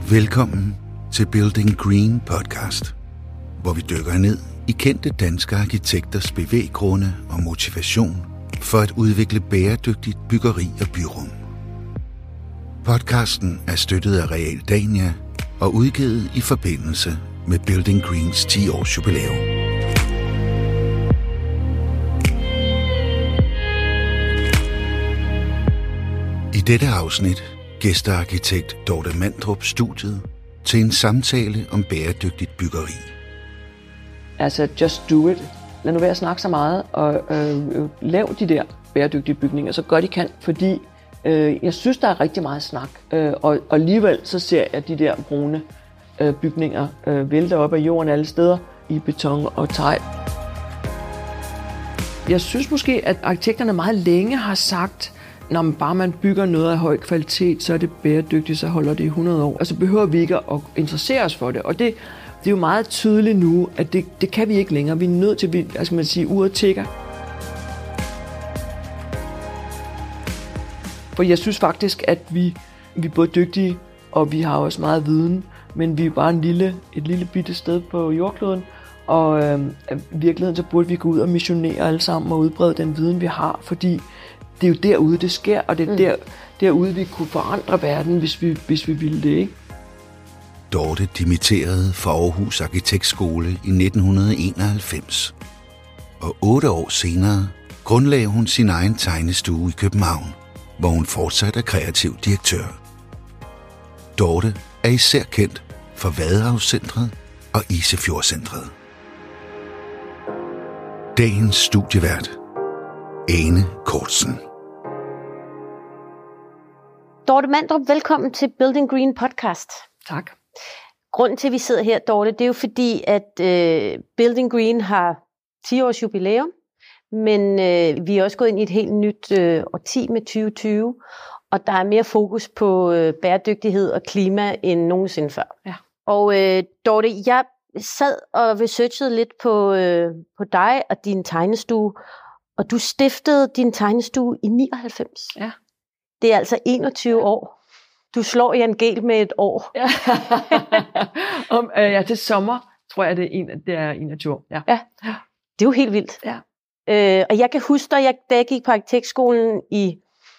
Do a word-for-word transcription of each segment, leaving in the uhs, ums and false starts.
Velkommen til Building Green podcast, hvor vi dykker ned i kendte danske arkitekters bevæggrunde og motivation for at udvikle bæredygtigt byggeri og byrum. Podcasten er støttet af Realdania og udgivet i forbindelse med Building Greens ti års jubilæum. I dette afsnit gæster arkitekt Dorte Mandrup studiet til en samtale om bæredygtigt byggeri. Altså, just do it. Lad nu være at snakke så meget, og øh, lav de der bæredygtige bygninger, så godt I kan, fordi øh, jeg synes, der er rigtig meget snak, øh, og, og alligevel så ser jeg de der brune øh, bygninger øh, vælte op af jorden alle steder i beton og tegl. Jeg synes måske, at arkitekterne meget længe har sagt, når man bare man bygger noget af høj kvalitet, så er det bæredygtigt, så holder det i hundrede år. Og så behøver vi ikke at interessere os for det. Og det, det er jo meget tydeligt nu, at det, det kan vi ikke længere. Vi er nødt til, hvad skal man sige, uret tikker. For jeg synes faktisk, at vi, vi er både dygtige, og vi har også meget viden, men vi er bare en lille, et lille bitte sted på jordkloden. Og øh, i virkeligheden så burde vi gå ud og missionere alle sammen og udbrede den viden, vi har, fordi det er jo derude, det sker, og det er der, derude, vi kunne forandre verden, hvis vi, hvis vi ville det, ikke? Dorte dimitterede fra Aarhus Arkitektskole i nitten enoghalvfems, og otte år senere grundlagde hun sin egen tegnestue i København, hvor hun fortsat er kreativ direktør. Dorte er især kendt for Vadehavscentret og Isefjordcentret. Dagens studievært, Ane Kortsen. Dorte Mandrup, velkommen til Building Green podcast. Tak. Grunden til, at vi sidder her, Dorte, det er jo fordi, at øh, Building Green har ti års jubilæum, men øh, vi er også gået ind i et helt nyt øh, årti med tyve tyve, og der er mere fokus på øh, bæredygtighed og klima end nogensinde før. Ja. Og øh, Dorte, jeg sad og researchede lidt på, øh, på dig og din tegnestue, og du stiftede din tegnestue i nioghalvfems. Ja. Det er altså enogtyve ja. år. Du slår Jan Gehl med et år. Ja. Om, øh, ja, til sommer, tror jeg, det er, en, det er enogtyve år. Ja. Ja. Det er jo helt vildt. Ja. Øh, og jeg kan huske, da jeg, da jeg gik på arkitektskolen i...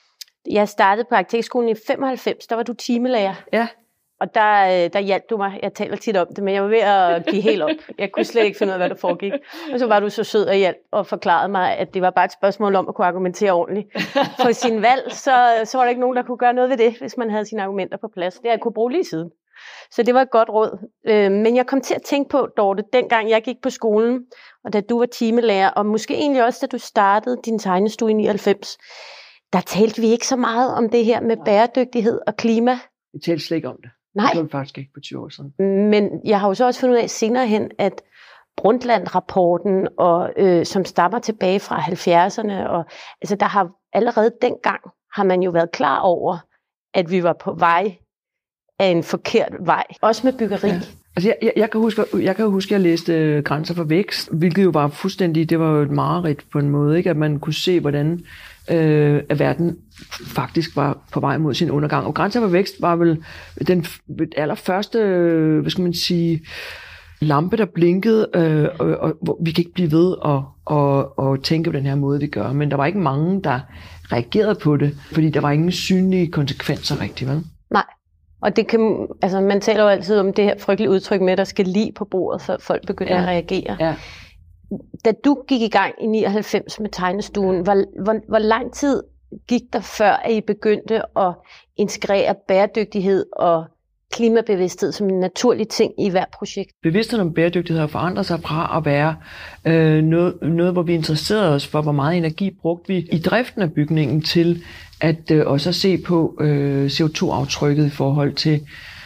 Jeg startede på arkitektskolen i femoghalvfems, der var du timelærer. Ja. Og der, der hjalp du mig. Jeg taler tit om det, men jeg var ved at give helt op. Jeg kunne slet ikke finde ud af, hvad der foregik. Og så var du så sød og hjalp og forklarede mig, at det var bare et spørgsmål om at kunne argumentere ordentligt. For sin valg, så, så var der ikke nogen, der kunne gøre noget ved det, hvis man havde sine argumenter på plads. Det har jeg kunne bruge lige siden. Så det var et godt råd. Men jeg kom til at tænke på, Dorte, dengang jeg gik på skolen, og da du var timelærer, og måske egentlig også, da du startede din tegnestue i nioghalvfems, der talte vi ikke så meget om det her med bæredygtighed og klima. Vi talte slet ikke om det. Nej. Det var faktisk ikke på tyve år siden. Men jeg har jo så også fundet ud af senere hen, at Brundtland-rapporten, og, øh, som stammer tilbage fra halvfjerdserne, og altså der har allerede dengang, har man jo været klar over, at vi var på vej af en forkert vej. Også med byggeri. Ja. Altså jeg, jeg, jeg kan huske, jeg kan huske, at jeg læste Grænser for vækst, hvilket jo var fuldstændig, det var jo et mareridt på en måde, ikke? At man kunne se, hvordan øh, at verden faktisk var på vej mod sin undergang. Og Grænser for vækst var vel den allerførste, øh, hvad skal man sige, lampe, der blinkede, øh, og, og, og vi kan ikke blive ved at og, og tænke på den her måde, vi gør. Men der var ikke mange, der reagerede på det, fordi der var ingen synlige konsekvenser rigtig, vel? Nej. Og det kan, altså man taler jo altid om det her frygtelige udtryk med, at der skal lig på bordet, før folk begynder ja. at reagere. Ja. Da du gik i gang i nioghalvfems med tegnestuen, hvor, hvor, hvor lang tid gik der før, at I begyndte at integrere bæredygtighed og klimabevidsthed som en naturlig ting i hvert projekt? Bevidstheden om bæredygtighed har forandret sig fra at være øh, noget, noget, hvor vi interesserede os for, hvor meget energi brugte vi i driften af bygningen, til at øh, også at se på øh, C O to aftrykket i forhold til,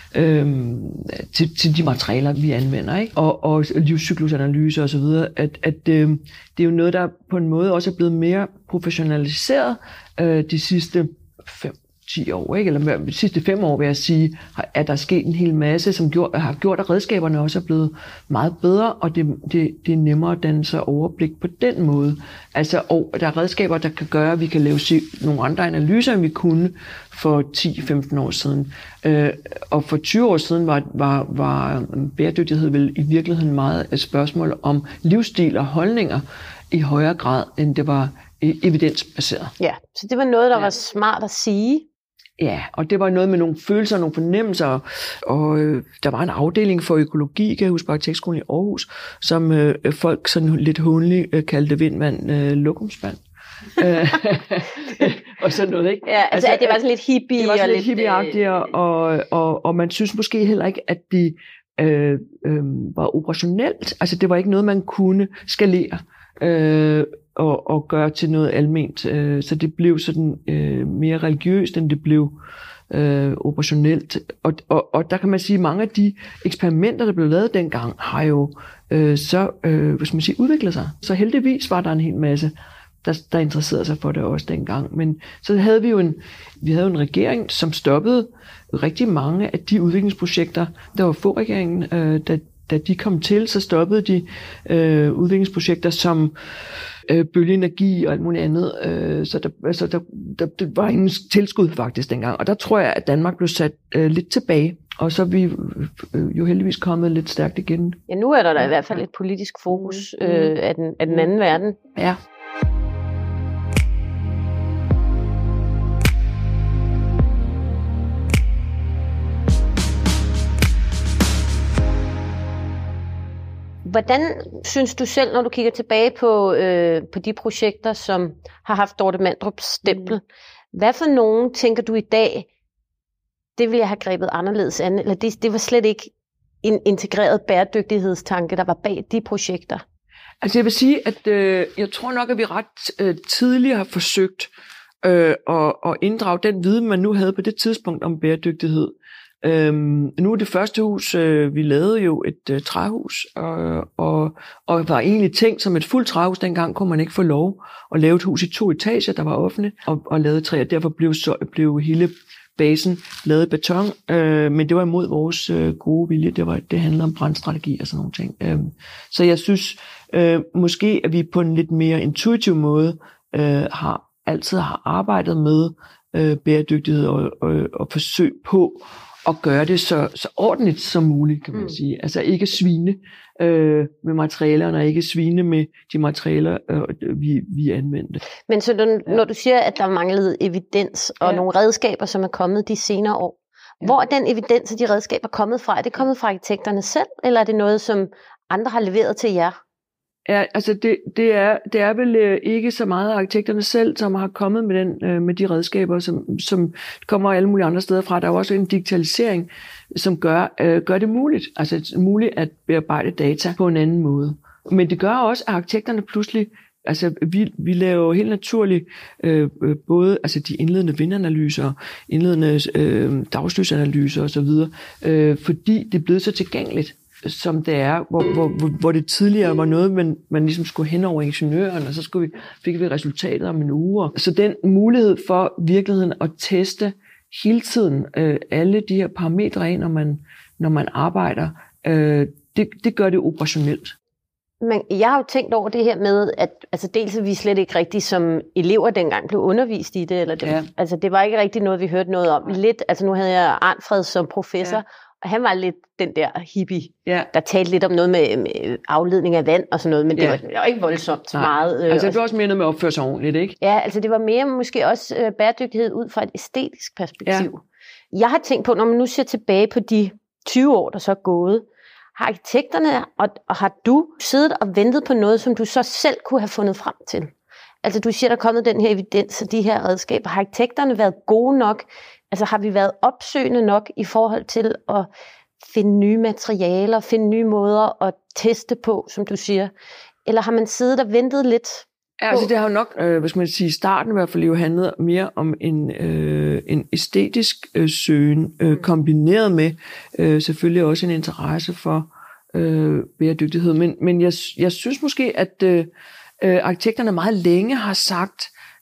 øh, til, til de materialer, vi anvender, ikke? Og, og livscyklusanalyse osv. At, at øh, det er jo noget, der på en måde også er blevet mere professionaliseret øh, de sidste fem ti år, ikke? Eller de sidste fem år vil jeg sige, at der er sket en hel masse, som gjort, har gjort, at redskaberne også er blevet meget bedre, og det, det, det er nemmere at danne sig overblik på den måde. Altså, og der er redskaber, der kan gøre, at vi kan lave nogle andre analyser, end vi kunne for ti til femten år siden. Øh, og for tyve år siden var, var, var bæredygtighed vel i virkeligheden meget et spørgsmål om livsstil og holdninger i højere grad, end det var evidensbaseret. Ja, så det var noget, der ja. var smart at sige. Ja, og det var noget med nogle følelser og nogle fornemmelser, og øh, der var en afdeling for økologi, kan jeg huske, på Arkitektskolen i Aarhus, som øh, folk sådan lidt hånligt øh, kaldte vindvand øh, lokumsvand. og sådan noget, ikke? Ja, altså, altså det var sådan lidt hippie. Det var sådan og lidt hippieagtigt, og, og, og, og man synes måske heller ikke, at det øh, øh, var operationelt. Altså det var ikke noget, man kunne skalere. Øh, og, og gøre til noget alment. Øh, så det blev sådan øh, mere religiøst, end det blev øh, operationelt. Og, og, og der kan man sige, at mange af de eksperimenter, der blev lavet dengang, har jo øh, så øh, hvad skal man sige, udviklet sig. Så heldigvis var der en hel masse, der, der interesserede sig for det også dengang. Men så havde vi jo en, vi havde jo en regering, som stoppede rigtig mange af de udviklingsprojekter. Der var få regeringen, øh, der Da de kom til, så stoppede de øh, udviklingsprojekter som øh, bølgeenergi og alt muligt andet. Øh, så der, altså, der, der, der var ingen tilskud faktisk dengang. Og der tror jeg, at Danmark blev sat øh, lidt tilbage. Og så er vi øh, jo heldigvis kommet lidt stærkt igen. Ja, nu er der da i hvert fald et politisk fokus øh, af, den, af den anden verden. Ja. Hvordan synes du selv, når du kigger tilbage på, øh, på de projekter, som har haft Dorte Mandrups stempel, hvad for nogen tænker du i dag, det ville jeg have grebet anderledes an, eller det, det var slet ikke en integreret bæredygtighedstanke, der var bag de projekter? Altså jeg vil sige, at øh, jeg tror nok, at vi ret øh, tidligt har forsøgt øh, at, at inddrage den viden, man nu havde på det tidspunkt om bæredygtighed. Øhm, nu er det første hus, øh, vi lavede jo et øh, træhus, og, og, og var egentlig tænkt som et fuldt træhus. Dengang kunne man ikke få lov at lave et hus i to etager, der var offentligt, og, og lavede træ, og derfor blev, så, blev hele basen lavet i beton, øh, men det var imod vores øh, gode vilje. Det, var, det handlede om brandstrategi og sådan nogle ting. Øh, så jeg synes øh, måske, at vi på en lidt mere intuitiv måde øh, har altid har arbejdet med øh, bæredygtighed og, og, og forsøg på og gøre det så, så ordentligt som muligt, kan man mm. sige. Altså ikke svine øh, med materialerne, og ikke svine med de materialer, øh, vi, vi anvendte. Men så når, når du siger, at der manglede evidens og ja. nogle redskaber, som er kommet de senere år, ja. hvor er den evidens og de redskaber kommet fra? Er det kommet fra arkitekterne selv, eller er det noget, som andre har leveret til jer? Ja, altså det, det, er, det er vel øh, ikke så meget arkitekterne selv, som har kommet med, den, øh, med de redskaber, som, som kommer alle mulige andre steder fra. Der er også en digitalisering, som gør, øh, gør det muligt, altså muligt at bearbejde data på en anden måde. Men det gør også, at arkitekterne pludselig, altså vi, vi laver helt naturligt øh, både altså de indledende vindanalyser, indledende øh, dagslysanalyser osv., øh, fordi det er blevet så tilgængeligt, som det er, hvor, hvor, hvor det tidligere var noget, man, man ligesom skulle hen over ingeniøren, og så skulle vi, fik vi resultatet om en uge. Så den mulighed for virkeligheden at teste hele tiden øh, alle de her parametre af, når man, når man arbejder, øh, det, det gør det operationelt. Men jeg har jo tænkt over det her med, at altså dels er vi slet ikke rigtig som elever dengang blev undervist i det, eller det, ja. altså det var ikke rigtig noget, vi hørte noget om. Lidt, altså nu havde jeg Arnfred som professor, ja. og han var lidt den der hippie, ja. der talte lidt om noget med, med afledning af vand og sådan noget, men det, ja. var, det var ikke voldsomt Nej. meget. Øh, altså det var også mere noget med at opføre sig ordentligt, ikke? Ja, altså det var mere måske også øh, bæredygtighed ud fra et æstetisk perspektiv. Ja. Jeg har tænkt på, når man nu ser tilbage på de tyve år, der så er gået, har arkitekterne, og, og har du siddet og ventet på noget, som du så selv kunne have fundet frem til? Altså du siger, der er kommet den her evidens og de her redskaber. Har arkitekterne været gode nok? Altså har vi været opsøgende nok i forhold til at finde nye materialer, finde nye måder at teste på, som du siger? Eller har man siddet og ventet lidt? Ja, altså det har jo nok, øh, hvad skal man sige, starten i hvert fald jo handlet mere om en, øh, en æstetisk øh, søgen, øh, kombineret med øh, selvfølgelig også en interesse for øh, bæredygtighed. Men, men jeg, jeg synes måske, at øh, arkitekterne meget længe har sagt,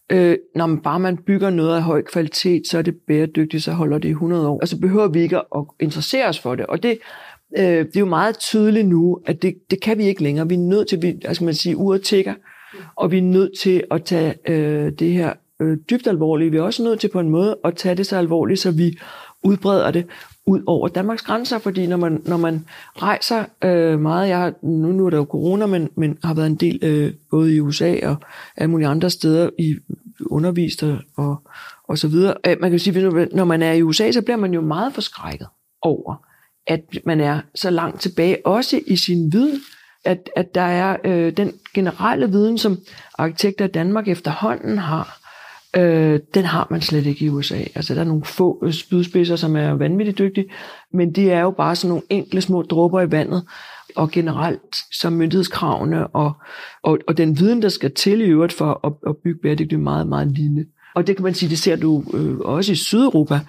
øh, når man bare man bygger noget af høj kvalitet, så er det bæredygtigt, så holder det i hundrede år. Og så behøver vi ikke at interessere os for det. Og det, øh, det er jo meget tydeligt nu, at det, det kan vi ikke længere. Vi er nødt til, vi, altså man siger, uret tikker, og vi er nødt til at tage øh, det her øh, dybt alvorligt. Vi er også nødt til på en måde at tage det så alvorligt, så vi udbreder det ud over Danmarks grænser, fordi når man, når man rejser øh, meget, jeg har, nu, nu er der jo corona, men, men har været en del øh, både i U S A og alle mulige andre steder i undervist og, og så videre. Man kan sige, at når man er i U S A, så bliver man jo meget forskrækket over, at man er så langt tilbage, også i sin viden, at, at der er øh, den generelle viden, som arkitekter i Danmark efterhånden har, Øh, den har man slet ikke i U S A. Altså der er nogle få spydspidser, som er vanvittigt dygtige, men de er jo bare sådan nogle enkle små dråber i vandet, og generelt som myndighedskravene og, og, og den viden, der skal til i øvrigt for at, at bygge bæredygtigt, meget, meget lille. Og det kan man sige, det ser du øh, også i Sydeuropa.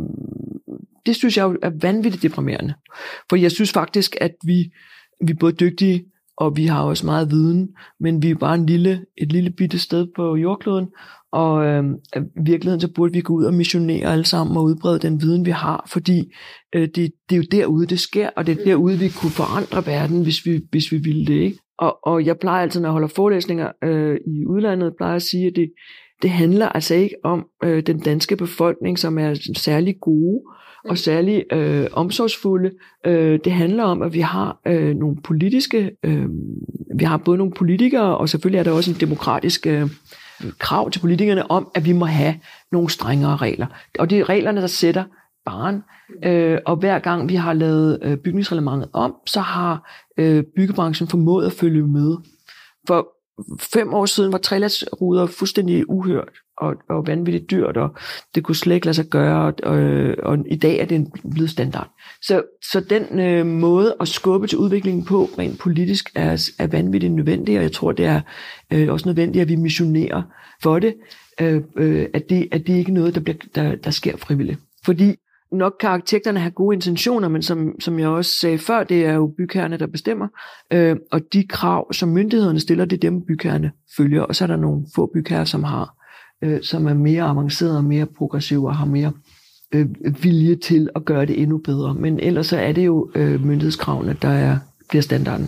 Det synes jeg er vanvittigt deprimerende. For jeg synes faktisk, at vi, vi er både dygtige, og vi har også meget viden, men vi er bare en lille, et lille bitte sted på jordkloden, og øh, i virkeligheden så burde vi gå ud og missionere alle sammen og udbrede den viden, vi har, fordi øh, det, det er jo derude, det sker, og det er derude, vi kunne forandre verden, hvis vi, hvis vi ville det, ikke? Og, og jeg plejer altid, når jeg holder forelæsninger øh, i udlandet, plejer at sige, at det, det handler altså ikke om øh, den danske befolkning, som er særlig gode og særlig øh, omsorgsfulde. Øh, det handler om, at vi har øh, nogle politiske, øh, vi har både nogle politikere, og selvfølgelig er der også en demokratisk øh, krav til politikerne om, at vi må have nogle strengere regler. Og det er reglerne, der sætter barren. Øh, og hver gang vi har lavet øh, bygningsreglementet om, så har øh, byggebranchen formået at følge med. For fem år siden var trelæsruder fuldstændig uhørt og, og vanvittigt dyrt, og det kunne slet ikke lade sig gøre, og, og, og i dag er det blevet standard. Så, så den øh, måde at skubbe til udviklingen på, rent politisk, er, er vanvittigt nødvendig, og jeg tror, det er øh, også nødvendigt, at vi missionerer for det, øh, øh, at det, at det ikke er noget, der, bliver, der, der sker frivilligt. Fordi nok kan arkitekterne have gode intentioner, men som, som jeg også sagde før, det er jo bygherrerne, der bestemmer, øh, og de krav, som myndighederne stiller, det er dem, bygherrerne følger, og så er der nogle få bygherrer, som har, øh, som er mere avancerede og mere progressive og har mere øh, vilje til at gøre det endnu bedre. Men ellers så er det jo øh, myndighedskravene, der er, bliver standarden.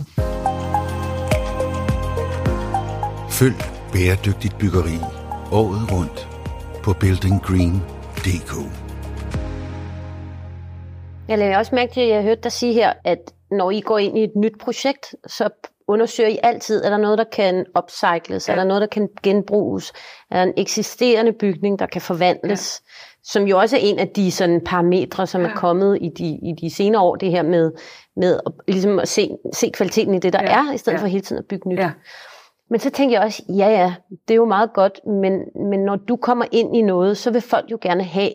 Følg bæredygtigt byggeri året rundt på building green punktum d k. Jeg lagde også mærke til, at jeg hørte dig sige her, at når I går ind i et nyt projekt, så undersøger I altid, er der noget, der kan upcycles, ja. Er der noget, der kan genbruges, er der en eksisterende bygning, der kan forvandles, ja. Som jo også er en af de sådan parametre, som ja. Er kommet i de, i de senere år, det her med, med at, ligesom at se, se kvaliteten i det, der ja. Er, i stedet ja. For hele tiden at bygge nyt. Ja. Men så tænker jeg også, ja ja, det er jo meget godt, men, men når du kommer ind i noget, så vil folk jo gerne have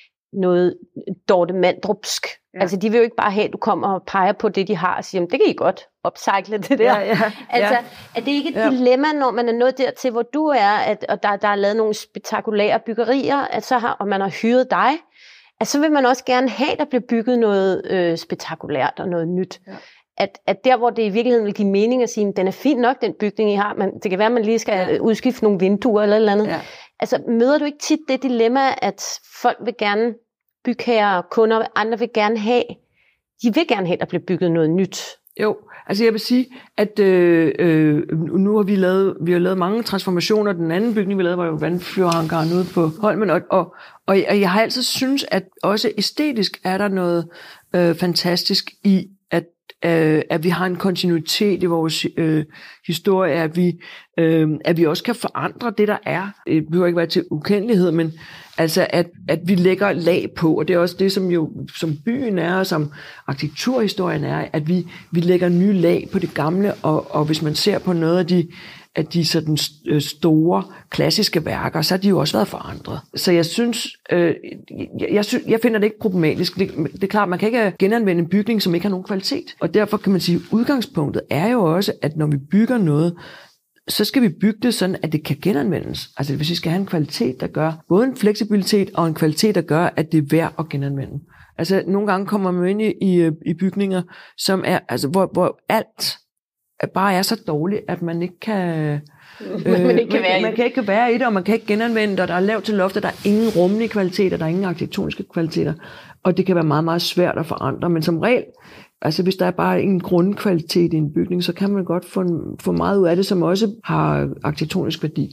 noget Dorte Mandrupsk. Ja. Altså, de vil jo ikke bare have, at du kommer og peger på det, de har, og siger, det kan I godt upcycle det der. Ja, ja, altså, ja. er det ikke et ja. Dilemma, når man er nået dertil, hvor du er, at, og der, der er lavet nogle spektakulære byggerier, at så har, og man har hyret dig, at så vil man også gerne have, at der bliver bygget noget øh, spektakulært og noget nyt. Ja. At, at der, hvor det i virkeligheden vil give mening at sige, at den er fin nok, den bygning, I har, men det kan være, at man lige skal ja. Udskifte nogle vinduer eller et eller andet. Ja. Altså, møder du ikke tit det dilemma, at folk vil gerne bygherrer, kunder, andre vil gerne have, de vil gerne have, at der bliver bygget noget nyt. Jo, altså jeg vil sige, at øh, øh, nu har vi lavet, vi har lavet mange transformationer. Den anden bygning, vi lavede, var jo vandflyverhangaren ude på Holmen, og, og, og jeg har altid synes, at også æstetisk er der noget øh, fantastisk i, at øh, at vi har en kontinuitet i vores øh, historie, at vi, øh, at vi også kan forandre det, der er. Det behøver ikke være til ukendelighed, men altså, at, at vi lægger lag på, og det er også det, som jo som byen er, og som arkitekturhistorien er, at vi, vi lægger nye lag på det gamle, og, og hvis man ser på noget af de af de sådan store klassiske værker, så har de jo også været forandret. Så jeg synes, øh, jeg, jeg, synes jeg finder det ikke problematisk. Det, det er klart, man kan ikke genanvende en bygning, som ikke har nogen kvalitet. Og derfor kan man sige, at udgangspunktet er jo også, at når vi bygger noget, så skal vi bygge det sådan, at det kan genanvendes. Altså hvis vi skal have en kvalitet, der gør både en fleksibilitet og en kvalitet, der gør, at det er værd at genanvende. Altså nogle gange kommer man ind i, i, i bygninger, som er, altså, hvor, hvor alt bare er så dårligt, at man ikke kan, Men man, ikke kan man, være man kan ikke være i det, og man kan ikke genanvende det, og der er lavt til loftet, der er ingen rummelige kvaliteter, der er ingen arkitektoniske kvaliteter, og det kan være meget, meget svært at forandre, men som regel, altså hvis der er bare en grundkvalitet i en bygning, så kan man godt få, få meget ud af det, som også har arkitektonisk værdi.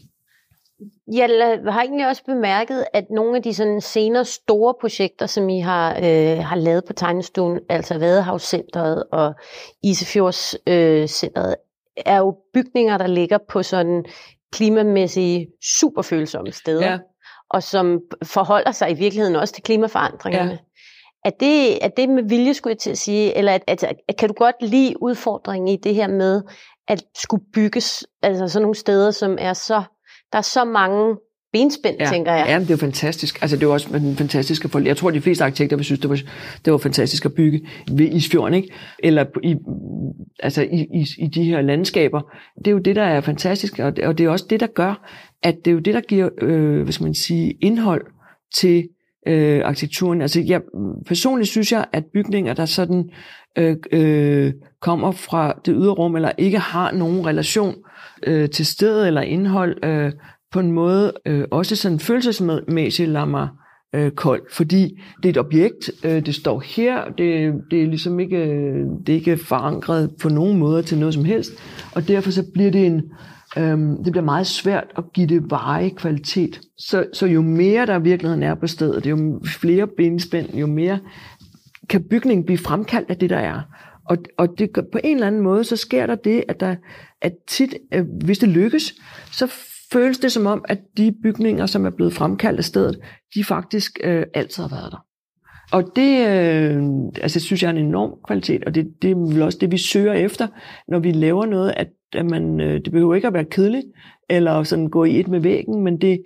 Jeg har egentlig også bemærket, at nogle af de sådan senere store projekter, som I har, øh, har lavet på Tegnestuen, altså Vadehavscentret og Isefjordscentret, øh, er jo bygninger, der ligger på sådan klimamæssige superfølsomme steder, ja. Og som forholder sig i virkeligheden også til klimaforandringerne. Ja. Er det, er det med vilje, skulle jeg til at sige, eller at, at, at, kan du godt lide udfordringen i det her med, at skulle bygges altså sådan nogle steder, som er så, der er så mange benspænd, ja. tænker jeg. Ja, det er jo fantastisk. Altså det er jo også en fantastisk at få. Jeg tror, de fleste arkitekter vil synes, det var, det var fantastisk at bygge ved Isfjorden, ikke? Eller i, altså i, i, i de her landskaber. Det er jo det, der er fantastisk, og det, og det er også det, der gør, at det er jo det, der giver, øh, hvad skal man sige, indhold til øh, arkitekturen. Altså jeg personligt synes jeg, at bygninger, der sådan øh, øh, kommer fra det ydre rum, eller ikke har nogen relation øh, til stedet eller indhold, øh, på en måde øh, også sådan følelsesmæssigt lader mig øh, kold, fordi det er et objekt, øh, det står her, det, det er ligesom ikke, det er ikke forankret på nogen måde til noget som helst, og derfor så bliver det en, øh, det bliver meget svært at give det varig kvalitet. Så, så jo mere der i virkeligheden er på stedet, jo flere benspænd, jo mere kan bygningen blive fremkaldt af det, der er. Og, og det, på en eller anden måde, så sker der det, at, der, at tit, øh, hvis det lykkes, så føles det som om, at de bygninger, som er blevet fremkaldt af stedet, de faktisk øh, altid har været der. Og det øh, altså, synes jeg er en enorm kvalitet, og det, det er vel også det, vi søger efter, når vi laver noget, at, at man, øh, det behøver ikke at være kedeligt, eller sådan gå i et med væggen, men det,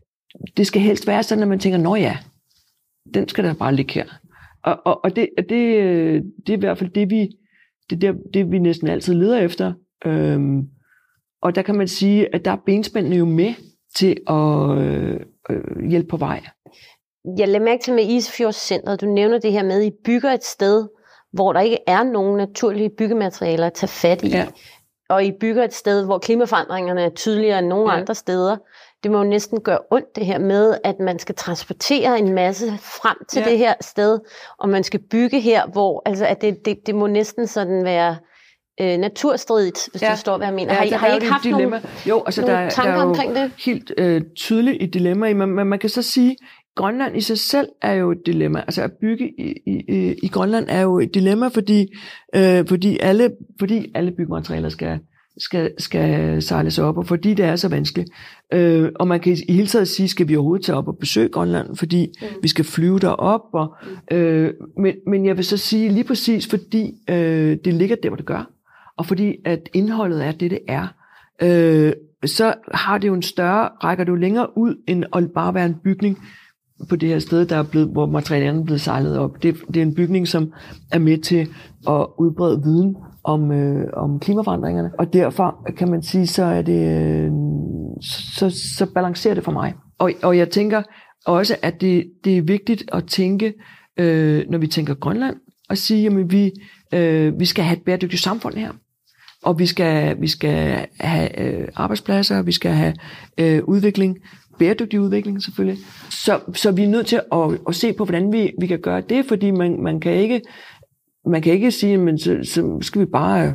det skal helst være sådan, at man tænker, nå ja, den skal der bare ligge her. Og, og, og det, det, det er i hvert fald det, vi, det, der, det, vi næsten altid leder efter. Øhm, og der kan man sige, at der er benspændene jo med til at øh, øh, hjælpe på vej. Jeg lader mærke til med Isefjordscentret, du nævner det her med, at I bygger et sted, hvor der ikke er nogen naturlige byggematerialer at tage fat i. Ja. Og I bygger et sted, hvor klimaforandringerne er tydeligere end nogen ja. andre steder. Det må jo næsten gøre ondt det her med, at man skal transportere en masse frem til ja. det her sted, og man skal bygge her, hvor altså, at det, det, det må næsten sådan være øh, naturstridigt, hvis ja. du forstår, hvad jeg mener. Ja, har I, har I ikke haft dilemma. nogle, jo, altså, nogle der, tanker der er jo omkring det? Helt øh, tydeligt et dilemma, men man, man kan så sige, Grønland i sig selv er jo et dilemma. Altså at bygge i, i, i Grønland er jo et dilemma, fordi, øh, fordi, alle, fordi alle byggematerialer skal, skal, skal sejles op, og fordi det er så vanskeligt. Øh, og man kan i hele taget sige, skal vi overhovedet tage op og besøge Grønland, fordi mm. vi skal flyve derop. Og, øh, men, men jeg vil så sige lige præcis, fordi øh, det ligger der, hvor det gør, og fordi at indholdet er det, det er, øh, så har det jo en større, rækker det jo længere ud, end at bare være en bygning på det her sted, der er blevet, hvor materialerne er blevet sejlet op. Det, det er en bygning, som er med til at udbrede viden om, øh, om klimaforandringerne, og derfor kan man sige, så er det, øh, så, så balancerer det for mig. Og, og jeg tænker også, at det, det er vigtigt at tænke, øh, når vi tænker Grønland, og sige, at vi, øh, vi skal have et bæredygtigt samfund her. Og vi skal, vi skal have øh, arbejdspladser, vi skal have øh, udvikling, bæredygtig udvikling selvfølgelig. Så, så vi er nødt til at, at se på, hvordan vi, vi kan gøre det, fordi man, man kan ikke, man kan ikke sige, men så, så skal vi bare,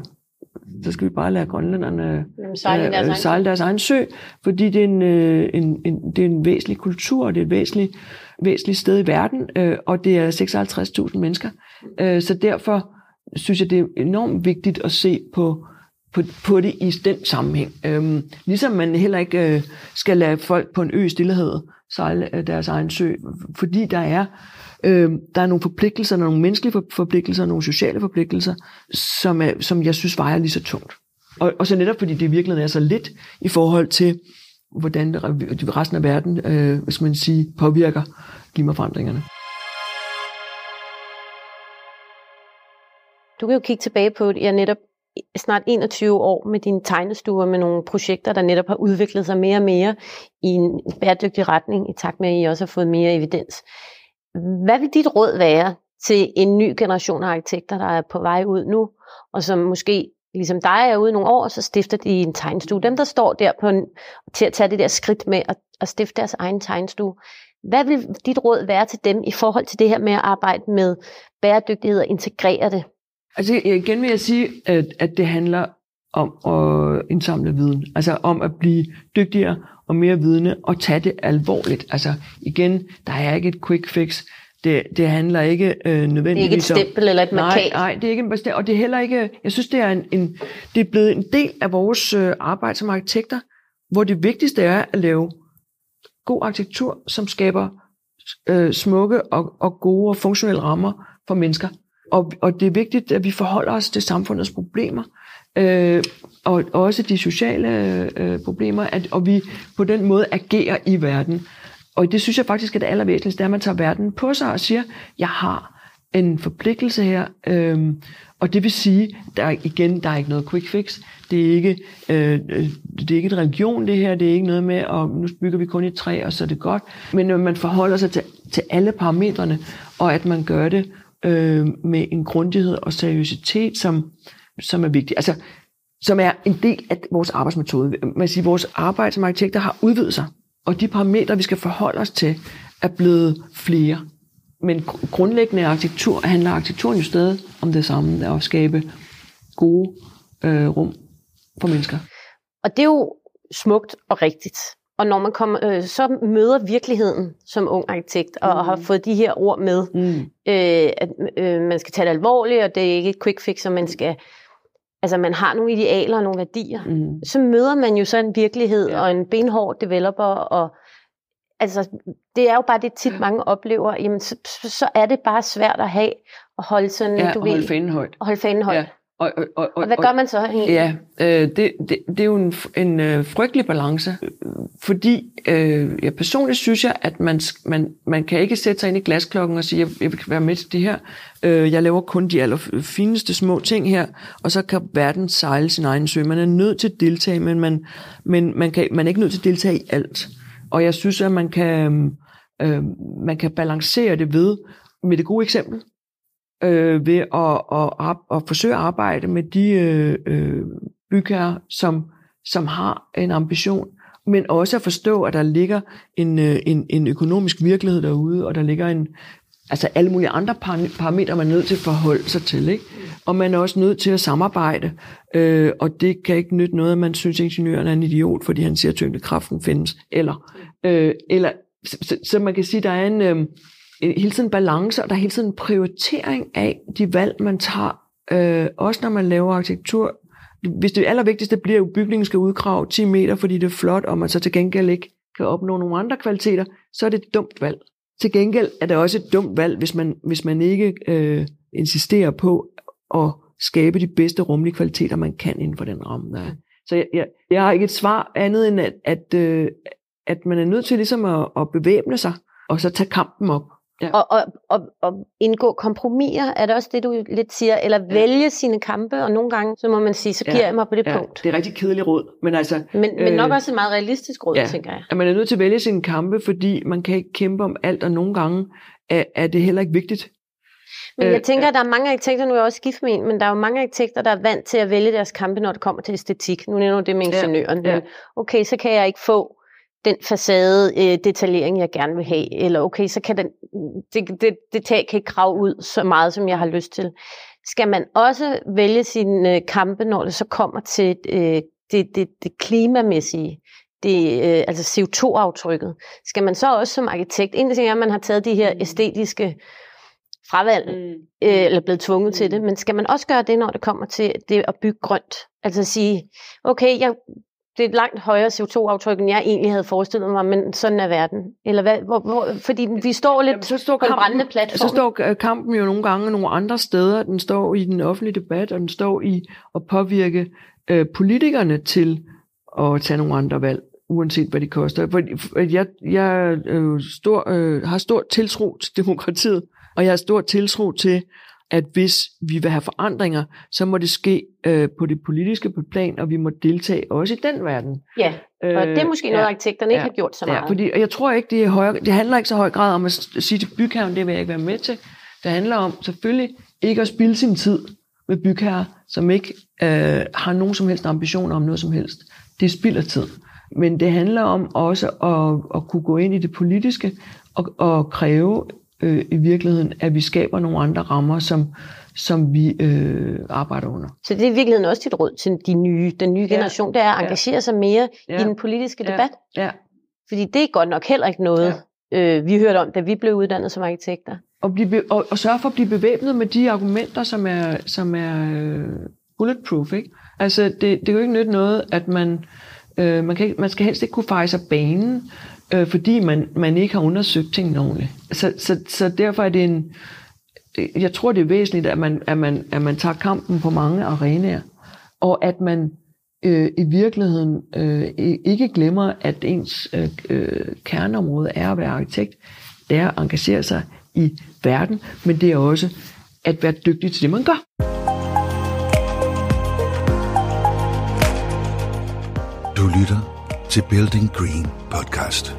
så skal vi bare lade grønlænderne sejle deres, øh, sejle deres egen sø, fordi det er en, en, en, det er en væsentlig kultur, det er et væsentligt, væsentligt sted i verden, øh, og det er seksoghalvtreds tusind mennesker. Øh, så derfor synes jeg, det er enormt vigtigt at se på På, på det i den sammenhæng. Øhm, ligesom man heller ikke øh, skal lade folk på en ø i Stillehavet sejle øh, deres egen sø, fordi der er, øh, der er nogle forpligtelser, nogle menneskelige forpligtelser, nogle sociale forpligtelser, som, er, som jeg synes vejer lige så tungt. Og, og så netop fordi det i virkeligheden er så lidt i forhold til, hvordan resten af verden øh, hvis man siger, påvirker klimaforandringerne. Du kan jo kigge tilbage på, at jeg netop snart enogtyve år med dine tegnestuer, med nogle projekter, der netop har udviklet sig mere og mere i en bæredygtig retning, i takt med, at I også har fået mere evidens. Hvad vil dit råd være til en ny generation af arkitekter, der er på vej ud nu, og som måske ligesom dig er ude i nogle år, så stifter de en tegnestue. Dem, der står der på en, til at tage det der skridt med at, at stifte deres egen tegnestue. Hvad vil dit råd være til dem i forhold til det her med at arbejde med bæredygtighed og integrere det? Altså igen vil jeg sige, at, at det handler om at indsamle viden. Altså om at blive dygtigere og mere vidende og tage det alvorligt. Altså igen, der er ikke et quick fix. Det, det handler ikke øh, nødvendigvis om... Det er ikke et stempel eller et markat. Nej, nej, det er ikke en bestemt... Og det er heller ikke... Jeg synes, det er, en, en, det er blevet en del af vores øh, arbejde som arkitekter, hvor det vigtigste er at lave god arkitektur, som skaber øh, smukke og, og gode og funktionelle rammer for mennesker. Og, og det er vigtigt, at vi forholder os til samfundets problemer, øh, og også de sociale øh, problemer, at, og vi på den måde agerer i verden. Og det synes jeg faktisk er det allervæsentligste, det er, at man tager verden på sig og siger, jeg har en forpligtelse her, øh, og det vil sige, der er, igen, der er ikke noget quick fix. Det er ikke, øh, det er ikke en religion, det her. Det er ikke noget med, at nu bygger vi kun et træ, og så er det godt. Men øh, man forholder sig til, til alle parametrene, og at man gør det øh, med en grundighed og seriøsitet, som, som er vigtig. Altså, som er en del af vores arbejdsmetode. Man siger, vores arbejde som arkitekter har udvidet sig, og de parametre, vi skal forholde os til, er blevet flere. Men grundlæggende arkitektur handler arkitekturen jo stadig om det samme, at skabe gode øh, rum for mennesker. Og det er jo smukt og rigtigt. Og når man kommer, øh, så møder virkeligheden som ung arkitekt, og mm. har fået de her ord med, mm. øh, at øh, man skal tage det alvorligt, og det er ikke et quick fix, og man skal, altså man har nogle idealer og nogle værdier. Mm. Så møder man jo så en virkelighed, ja. Og en benhård developer, og altså, det er jo bare det tit mange oplever, jamen så, så er det bare svært at have, at holde sådan, ja, du og ved, holde fanen højt. Og holde fanen højt. Ja. Og, og, og, og hvad gør man så egentlig? Ja, øh, det, det, det er jo en, en øh, frygtelig balance, fordi øh, ja, personligt synes jeg, at man, man, man kan ikke sætte sig ind i glasklokken og sige, jeg, jeg vil være med til det her. Øh, jeg laver kun de allerfineste små ting her, og så kan verden sejle sin egen sø. Man er nødt til at deltage, men man, men man, kan, man er ikke nødt til at deltage i alt. Og jeg synes, at man kan, øh, man kan balancere det ved, med det gode eksempel, øh, ved at, at, at, at forsøge at arbejde med de øh, bygherrer, som, som har en ambition, men også at forstå, at der ligger en, en, en økonomisk virkelighed derude, og der ligger en, altså alle mulige andre parametre, man er nødt til at forholde sig til, ikke? Og man er også nødt til at samarbejde, øh, og det kan ikke nytte noget, at man synes, at ingeniøren er en idiot, fordi han siger, at tyngdekraften findes, eller, øh, eller så, så man kan sige, at der er en, øh, en hele tiden balance, og der er hele tiden en prioritering af de valg, man tager, øh, også når man laver arkitektur. Hvis det allervigtigste bliver, at bygningen skal udgrave ti meter, fordi det er flot, og man så til gengæld ikke kan opnå nogle andre kvaliteter, så er det et dumt valg. Til gengæld er det også et dumt valg, hvis man, hvis man ikke øh, insisterer på at skabe de bedste rumlige kvaliteter, man kan inden for den ramme, der er. Så jeg, jeg, jeg har ikke et svar andet end, at, at, øh, at man er nødt til ligesom at, at bevæbne sig, og så tage kampen op. Ja. Og, og, og, og indgå kompromiser, er det også det, du lidt siger, eller ja. Vælge sine kampe, og nogle gange, så må man sige, så giver ja. jeg mig på det ja. punkt. Det er rigtig kedeligt råd, men altså... Men, øh, men nok også et meget realistisk råd, ja. Tænker jeg. At man er nødt til at vælge sine kampe, fordi man kan ikke kæmpe om alt, og nogle gange er, er det heller ikke vigtigt. Men jeg tænker, at der er mange arkitekter, nu er jeg også gift med en, men der er jo mange arkitekter, der er vant til at vælge deres kampe, når det kommer til æstetik. Nu nævner du det med ingeniøren. Ja. Ja. Okay, så kan jeg ikke få den facade øh, detaljering, jeg gerne vil have, eller okay, så kan den, det, det, det tag kan ikke grave ud så meget, som jeg har lyst til. Skal man også vælge sine øh, kampe, når det så kommer til øh, det, det, det klimamæssige, det, øh, altså C O to aftrykket? Skal man så også som arkitekt, en ting er, at man har taget de her æstetiske fravalg, mm. øh, eller blevet tvunget mm. til det, men skal man også gøre det, når det kommer til det at bygge grønt? Altså sige, okay, jeg det er et langt højere C O to aftryk, end jeg egentlig havde forestillet mig, men sådan er verden. Eller hvad, hvor, hvor, fordi vi står lidt Jamen, så står på kampen, en brændende platform. Så står kampen jo nogle gange nogle andre steder. Den står i den offentlige debat, og den står i at påvirke øh, politikerne til at tage nogle andre valg, uanset hvad de koster. For jeg, jeg øh, stor, øh, har stor tiltro til demokratiet, og jeg har stor tiltro til, at hvis vi vil have forandringer, så må det ske øh, på det politiske plan, og vi må deltage også i den verden. Ja, og det er måske øh, noget, ja, arkitekterne ikke ja, har gjort så meget. Ja, fordi, og jeg tror ikke, det, er højere, det handler ikke så høj grad om at sige til bygherren, det vil jeg ikke være med til. Det handler om selvfølgelig ikke at spilde sin tid med bygherrer, som ikke øh, har nogen som helst ambitioner om noget som helst. Det spilder tid. Men det handler om også at, at kunne gå ind i det politiske og, og kræve øh, i virkeligheden, at vi skaber nogle andre rammer, som, som vi øh, arbejder under. Så det er i virkeligheden også dit råd til de nye, den nye generation, ja. Det er at engagere ja. sig mere ja. i den politiske debat? Ja. Ja. Fordi det er godt nok heller ikke noget, ja. øh, vi hørte om, da vi blev uddannet som arkitekter. Og, blive, og, og sørge for at blive bevæbnet med de argumenter, som er, som er øh, bulletproof. Ikke? Altså, det, det er jo ikke nyt noget, at man, øh, man, kan, man skal helst ikke kunne feje sig banen, øh, fordi man, man ikke har undersøgt tingene ordentligt. Så, så, så derfor er det en... Jeg tror, det er væsentligt, at man, at man, at man tager kampen på mange arenaer, og at man øh, i virkeligheden øh, ikke glemmer, at ens øh, øh, kerneområde er at være arkitekt. Det er at engagere sig i verden, men det er også at være dygtig til det, man gør. Du lytter til Building Green podcast.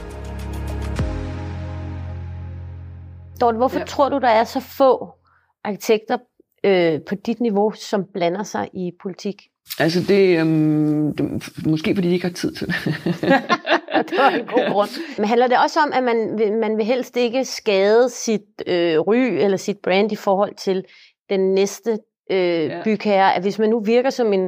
Dorte, hvorfor ja. tror du, der er så få arkitekter øh, på dit niveau, som blander sig i politik? Altså det, øhm, det måske fordi de ikke har tid til det. Det var en god grund. Men handler det også om, at man, man vil helst ikke skade sit øh, ry eller sit brand i forhold til den næste øh, ja. bygherre? At hvis man nu virker som en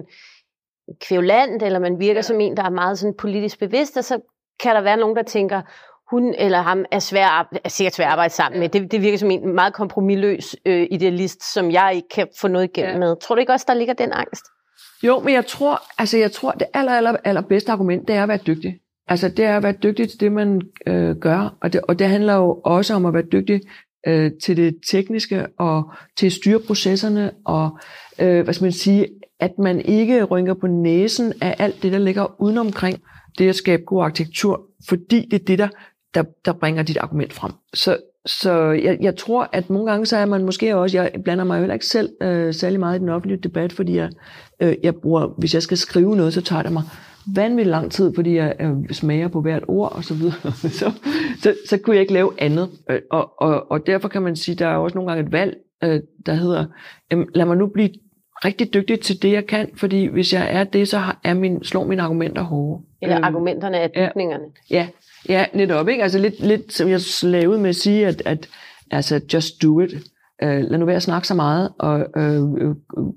kvævlant, eller man virker ja. som en, der er meget sådan politisk bevidst, så kan der være nogen, der tænker, hun eller ham er, svær, er sikkert svær at arbejde sammen med. Det, det virker som en meget kompromisløs øh, idealist, som jeg ikke kan få noget igennem ja. med. Tror du ikke også, der ligger den angst? Jo, men jeg tror, altså jeg tror, det aller, aller, aller bedste argument, det er at være dygtig. Altså det er at være dygtig til det, man øh, gør, og det, og det handler jo også om at være dygtig øh, til det tekniske, og til at styre processerne, og øh, hvad skal man sige, at man ikke rynker på næsen af alt det, der ligger udenomkring det at skabe god arkitektur, fordi det er det, der, der, der bringer dit argument frem. Så, så jeg, jeg tror, at nogle gange, så er man måske også, jeg blander mig jo heller ikke selv øh, særlig meget i den offentlige debat, fordi jeg, øh, jeg bruger, hvis jeg skal skrive noget, så tager det mig vanvittigt lang tid, fordi jeg øh, smager på hvert ord og så videre. så, så, så kunne jeg ikke lave andet. Og, og, og derfor kan man sige, der er også nogle gange et valg, øh, der hedder, øh, lad mig nu blive rigtig dygtig til det, jeg kan, fordi hvis jeg er det, så er min, slår mine argumenter hårde. Eller øhm, argumenterne af bygningerne. Ja, ja, netop, ikke? Altså lidt, lidt som jeg slagede ud med at sige, at, at altså, just do it. Uh, lad nu være at snakke så meget, og uh, uh,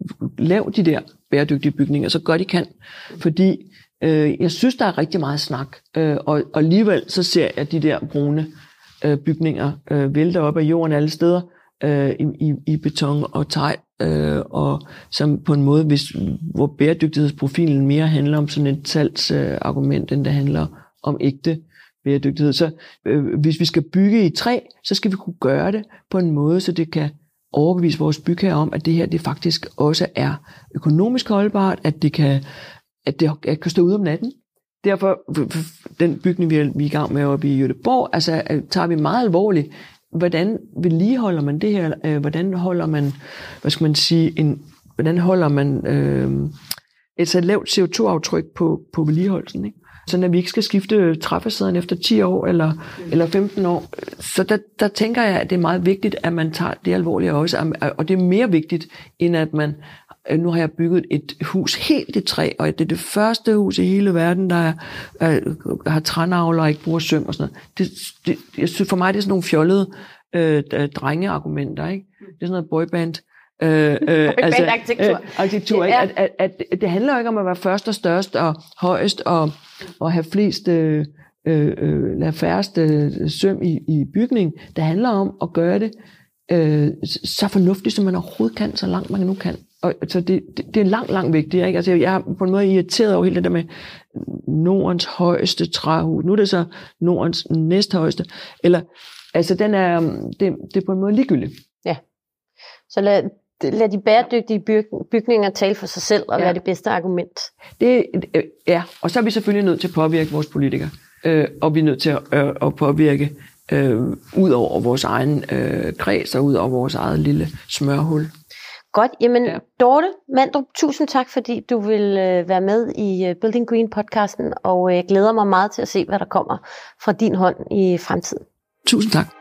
lav de der bæredygtige bygninger, så godt I kan. Fordi uh, jeg synes, der er rigtig meget snak, uh, og, og alligevel så ser jeg de der brune uh, bygninger uh, vælte op af jorden alle steder, uh, i, i, i beton og tegl, uh, og som på en måde, hvis, hvor bæredygtighedsprofilen mere handler om sådan et salgsargument, uh, end det handler om ægte bæredygtighed. Så øh, hvis vi skal bygge i træ, så skal vi kunne gøre det på en måde, så det kan overbevise vores bygherrer om, at det her det faktisk også er økonomisk holdbart, at det kan, at det at kan stå ude om natten. Derfor, den bygning, vi er, vi er i gang med oppe i Göteborg, altså tager vi meget alvorligt, hvordan vedligeholder man det her, øh, hvordan holder man, hvad skal man sige, en, hvordan holder man øh, et så lavt C O to aftryk på, på vedligeholdelsen, ikke? Sådan at vi ikke skal skifte træfacaderne efter ti år eller, mm. eller femten år. Så der, der tænker jeg, at det er meget vigtigt, at man tager det alvorligt også. Og det er mere vigtigt, end at man... Nu har jeg bygget et hus helt i træ, og det er det første hus i hele verden, der er, er, har trænavler og ikke bruger søm og sådan noget. Det, det, jeg synes, for mig det er sådan nogle fjollede øh, drengeargumenter, ikke? Det er sådan noget boyband. Øh, øh, altså, arkitektur. Øh, arkitektur ikke? At, at, at, at det handler jo ikke om at være først og størst og højest og, og have flest øh, øh, lade færreste søm i, i bygningen. Det handler om at gøre det øh, så fornuftigt, som man overhovedet kan, så langt man nu kan. Og, så det, det, det er langt, langt vigtigt. Ikke? Altså, jeg er på en måde irriteret over hele det der med Nordens højeste træhus. Nu er det så Nordens næsthøjeste. Eller, altså, den er, det, det er på en måde ligegyldigt. Ja. Så lad, lad de bæredygtige byg, bygninger tale for sig selv og ja. være det bedste argument. Det, ja, og så er vi selvfølgelig nødt til at påvirke vores politikere. Øh, og vi er nødt til at, øh, at påvirke øh, ud over vores egen øh, kreds og ud over vores eget lille smørhul. Godt. Jamen, ja. Dorte Mandrup, tusind tak, fordi du vil øh, være med i øh, Building Green podcasten, og jeg øh, glæder mig meget til at se, hvad der kommer fra din hånd i fremtiden. Tusind tak.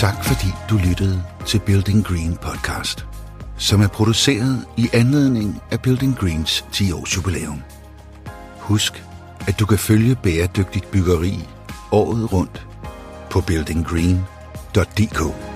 tak fordi du lyttede til Building Green podcast, som er produceret i anledning af Building Greens ti års jubilæum. Husk, at du kan følge bæredygtigt byggeri året rundt på building green punktum d k.